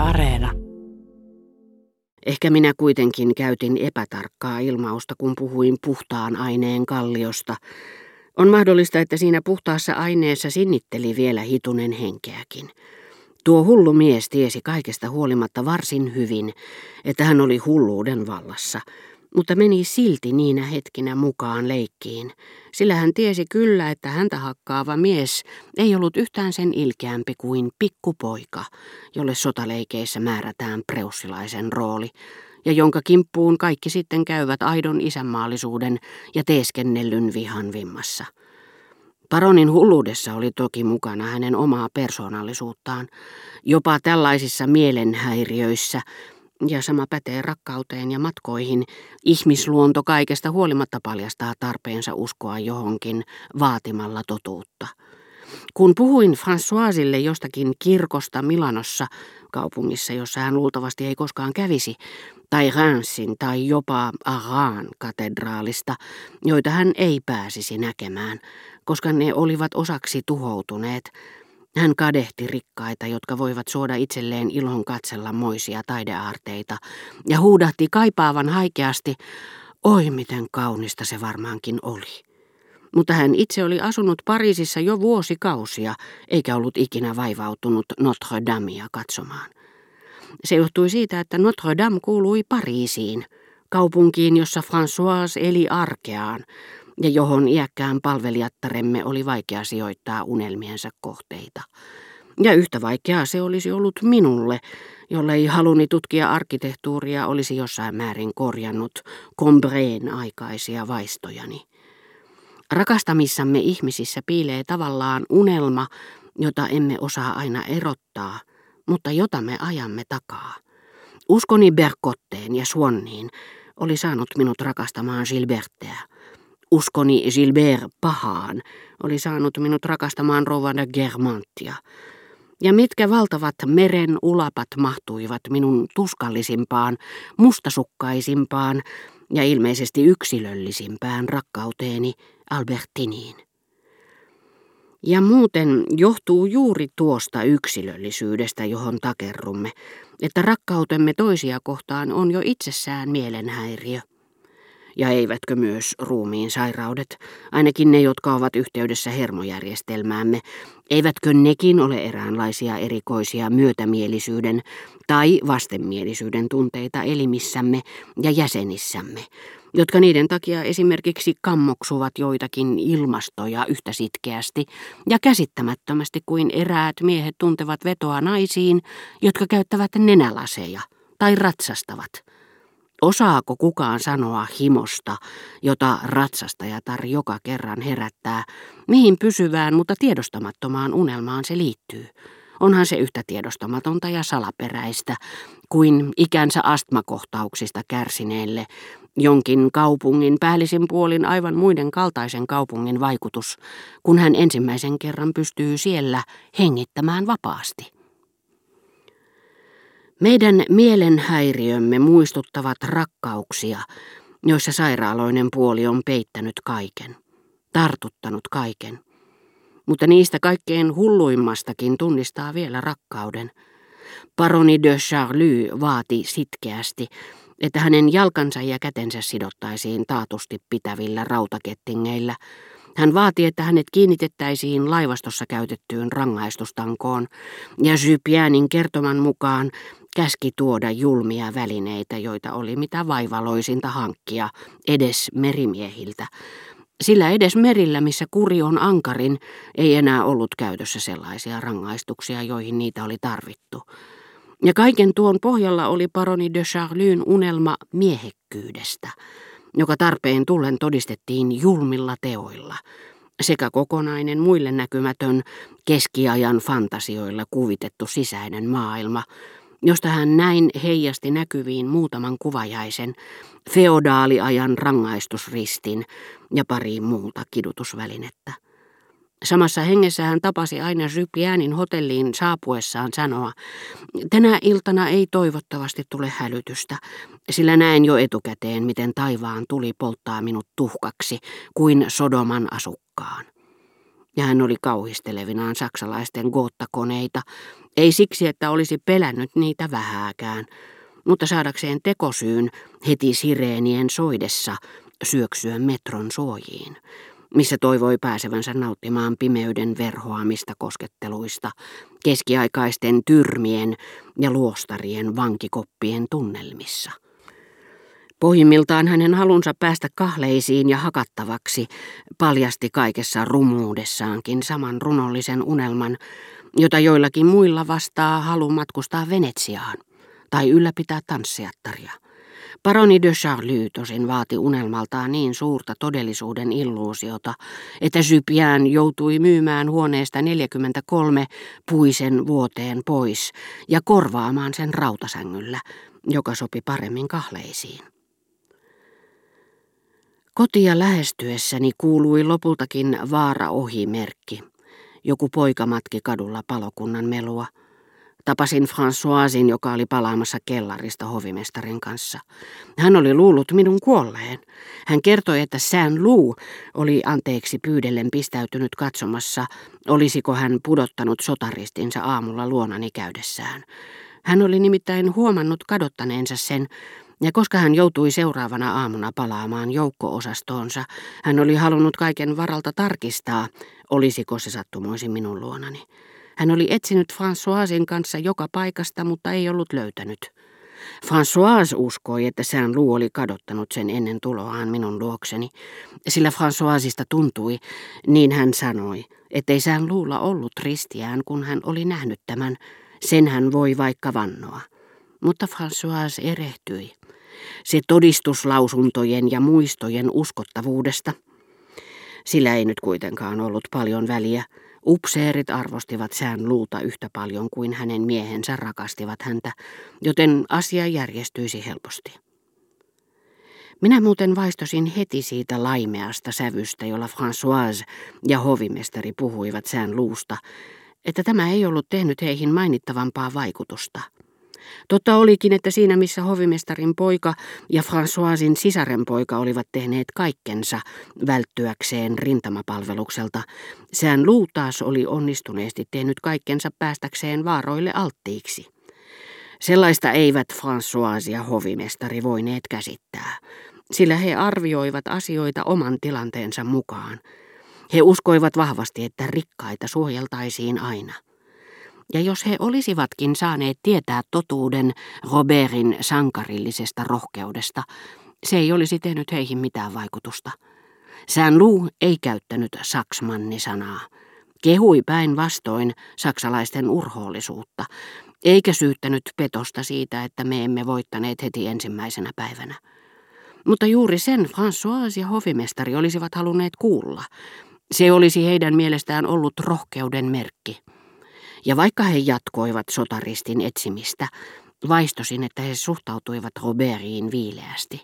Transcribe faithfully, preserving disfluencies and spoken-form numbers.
Areena. Ehkä minä kuitenkin käytin epätarkkaa ilmausta, kun puhuin puhtaan aineen kalliosta. On mahdollista, että siinä puhtaassa aineessa sinnitteli vielä hitunen henkeäkin. Tuo hullu mies tiesi kaikesta huolimatta varsin hyvin, että hän oli hulluuden vallassa, mutta meni silti niinä hetkinä mukaan leikkiin, sillä hän tiesi kyllä, että häntä hakkaava mies ei ollut yhtään sen ilkeämpi kuin pikkupoika, jolle sotaleikeissä määrätään preussilaisen rooli, ja jonka kimppuun kaikki sitten käyvät aidon isänmaallisuuden ja teeskennellyn vihan vimmassa. Paronin hulluudessa oli toki mukana hänen omaa persoonallisuuttaan, jopa tällaisissa mielenhäiriöissä, ja sama pätee rakkauteen ja matkoihin, ihmisluonto kaikesta huolimatta paljastaa tarpeensa uskoa johonkin vaatimalla totuutta. Kun puhuin Françoisille jostakin kirkosta Milanossa, kaupungissa, jossa hän luultavasti ei koskaan kävisi, tai Reims tai jopa Arran katedraalista, joita hän ei pääsisi näkemään, koska ne olivat osaksi tuhoutuneet, hän kadehti rikkaita, jotka voivat suoda itselleen ilon katsella moisia taideaarteita, ja huudahti kaipaavan haikeasti, oi miten kaunista se varmaankin oli. Mutta hän itse oli asunut Pariisissa jo vuosikausia, eikä ollut ikinä vaivautunut Notre Damea katsomaan. Se johtui siitä, että Notre Dame kuului Pariisiin, kaupunkiin, jossa François eli arkeaan, ja johon iäkkään palvelijattaremme oli vaikea sijoittaa unelmiensa kohteita. Ja yhtä vaikeaa se olisi ollut minulle, jollei haluni tutkia arkkitehtuuria olisi jossain määrin korjannut Combreen aikaisia vaistojani. Rakastamissamme ihmisissä piilee tavallaan unelma, jota emme osaa aina erottaa, mutta jota me ajamme takaa. Uskoni Bercotteen ja Swanniin oli saanut minut rakastamaan Gilbertteä. Uskoni Gilbert pahaan oli saanut minut rakastamaan rouva de Guermantia. Ja mitkä valtavat meren ulapat mahtuivat minun tuskallisimpaan, mustasukkaisimpaan ja ilmeisesti yksilöllisimpään rakkauteeni Albertiniin. Ja muuten johtuu juuri tuosta yksilöllisyydestä, johon takerrumme, että rakkautemme toisia kohtaan on jo itsessään mielenhäiriö. Ja eivätkö myös ruumiin sairaudet, ainakin ne, jotka ovat yhteydessä hermojärjestelmäämme, eivätkö nekin ole eräänlaisia erikoisia myötämielisyyden tai vastenmielisyyden tunteita elimissämme ja jäsenissämme, jotka niiden takia esimerkiksi kammoksuvat joitakin ilmastoja yhtä sitkeästi ja käsittämättömästi kuin eräät miehet tuntevat vetoa naisiin, jotka käyttävät nenälaseja tai ratsastavat. Osaako kukaan sanoa himosta, jota ratsastajatar joka kerran herättää, mihin pysyvään, mutta tiedostamattomaan unelmaan se liittyy? Onhan se yhtä tiedostamatonta ja salaperäistä kuin ikänsä astmakohtauksista kärsineelle jonkin kaupungin päällisin puolin aivan muiden kaltaisen kaupungin vaikutus, kun hän ensimmäisen kerran pystyy siellä hengittämään vapaasti. Meidän mielenhäiriömme muistuttavat rakkauksia, joissa sairaaloinen puoli on peittänyt kaiken, tartuttanut kaiken. Mutta niistä kaikkein hulluimmastakin tunnistaa vielä rakkauden. Paroni de Charlie vaati sitkeästi, että hänen jalkansa ja kätensä sidottaisiin taatusti pitävillä rautakettingeillä. Hän vaati, että hänet kiinnitettäisiin laivastossa käytettyyn rangaistustankoon, ja Jupienin kertoman mukaan käski tuoda julmia välineitä, joita oli mitä vaivaloisinta hankkia edes merimiehiltä. Sillä edes merillä, missä kuri on ankarin, ei enää ollut käytössä sellaisia rangaistuksia, joihin niitä oli tarvittu. Ja kaiken tuon pohjalla oli paroni de Charlyn unelma miehekkyydestä, joka tarpeen tullen todistettiin julmilla teoilla, sekä kokonainen muille näkymätön keskiajan fantasioilla kuvitettu sisäinen maailma, josta hän näin heijasti näkyviin muutaman kuvajaisen, feodaaliajan rangaistusristin ja pari muuta kidutusvälinettä. Samassa hengessä hän tapasi aina Jupienin hotelliin saapuessaan sanoa, tänä iltana ei toivottavasti tule hälytystä, sillä näen jo etukäteen, miten taivaan tuli polttaa minut tuhkaksi kuin Sodoman asukkaan. ja hän oli kauhistelevinaan saksalaisten goottakoneita, ei siksi, että olisi pelännyt niitä vähääkään, mutta saadakseen tekosyyn heti sireenien soidessa syöksyä metron suojiin, missä toivoi pääsevänsä nauttimaan pimeyden verhoamista kosketteluista, keskiaikaisten tyrmien ja luostarien vankikoppien tunnelmissa. Pohjimmiltaan hänen halunsa päästä kahleisiin ja hakattavaksi paljasti kaikessa rumuudessaankin saman runollisen unelman, jota joillakin muilla vastaa halu matkustaa Venetsiaan tai ylläpitää tanssiattaria. Paroni de Charlie tosin vaati unelmaltaan niin suurta todellisuuden illuusiota, että Jupien joutui myymään huoneesta neljäkymmentäkolme puisen vuoteen pois ja korvaamaan sen rautasängyllä, joka sopi paremmin kahleisiin. Kotia lähestyessäni kuului lopultakin vaara-ohi-merkki. Joku poika matki kadulla palokunnan melua. Tapasin Françoisin, joka oli palaamassa kellarista hovimestarin kanssa. Hän oli luullut minun kuolleen. Hän kertoi, että Saint-Loup oli anteeksi pyydellen pistäytynyt katsomassa, olisiko hän pudottanut sotaristinsa aamulla luonani käydessään. Hän oli nimittäin huomannut kadottaneensa sen, ja koska hän joutui seuraavana aamuna palaamaan joukko-osastoonsa, hän oli halunnut kaiken varalta tarkistaa, olisiko se sattumoisin minun luonani. Hän oli etsinyt Françoisin kanssa joka paikasta, mutta ei ollut löytänyt. Françoise uskoi, että Saint-Loup oli kadottanut sen ennen tuloaan minun luokseni, sillä Françoisista tuntui, niin hän sanoi, ettei Saint-Louplla ollut ristiään, kun hän oli nähnyt tämän. Sen hän voi vaikka vannoa. Mutta Françoise erehtyi. Se todistuslausuntojen ja muistojen uskottavuudesta. Sillä ei nyt kuitenkaan ollut paljon väliä. Upseerit arvostivat Saint-Loupta yhtä paljon kuin hänen miehensä rakastivat häntä, joten asia järjestyisi helposti. Minä muuten vaistosin heti siitä laimeasta sävystä, jolla Françoise ja hovimestari puhuivat Saint-Loupsta, että tämä ei ollut tehnyt heihin mainittavampaa vaikutusta. Totta olikin, että siinä missä hovimestarin poika ja Françoisin sisaren poika olivat tehneet kaikkensa välttyäkseen rintamapalvelukselta, Saint-Loup taas oli onnistuneesti tehnyt kaikkensa päästäkseen vaaroille alttiiksi. Sellaista eivät François ja hovimestari voineet käsittää, sillä he arvioivat asioita oman tilanteensa mukaan. He uskoivat vahvasti, että rikkaita suojeltaisiin aina. Ja jos he olisivatkin saaneet tietää totuuden Robertin sankarillisesta rohkeudesta, se ei olisi tehnyt heihin mitään vaikutusta. Saint-Loup ei käyttänyt saksmanni-sanaa, kehui päinvastoin saksalaisten urhoollisuutta, eikä syyttänyt petosta siitä, että me emme voittaneet heti ensimmäisenä päivänä. Mutta juuri sen François ja hovimestari olisivat halunneet kuulla. Se olisi heidän mielestään ollut rohkeuden merkki. Ja vaikka he jatkoivat sotaristin etsimistä, vaistosin, että he suhtautuivat Robertiin viileästi.